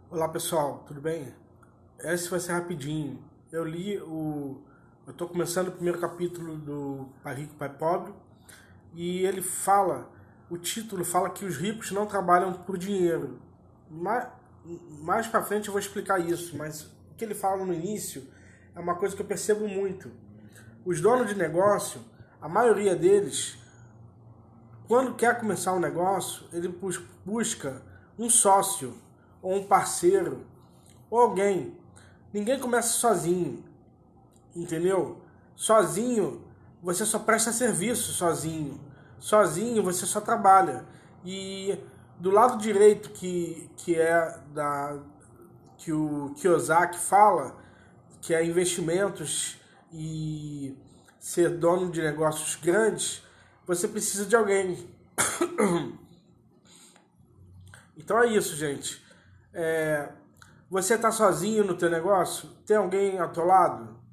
Olá pessoal, tudo bem? Esse vai ser rapidinho. Eu tô começando o primeiro capítulo do Pai Rico, Pai Pobre, e o título fala que os ricos não trabalham por dinheiro. Mais pra frente eu vou explicar isso, mas o que ele fala no início é uma coisa que eu percebo muito. Os donos de negócio, a maioria deles, quando quer começar um negócio, ele busca um sócio, ou um parceiro, ou alguém. Ninguém começa sozinho, entendeu? Sozinho você só presta serviço sozinho. Sozinho você só trabalha. E do lado direito que o Kiyosaki fala, que é investimentos e ser dono de negócios grandes, você precisa de alguém. Então é isso, gente. Você tá sozinho no teu negócio? Tem alguém ao teu lado?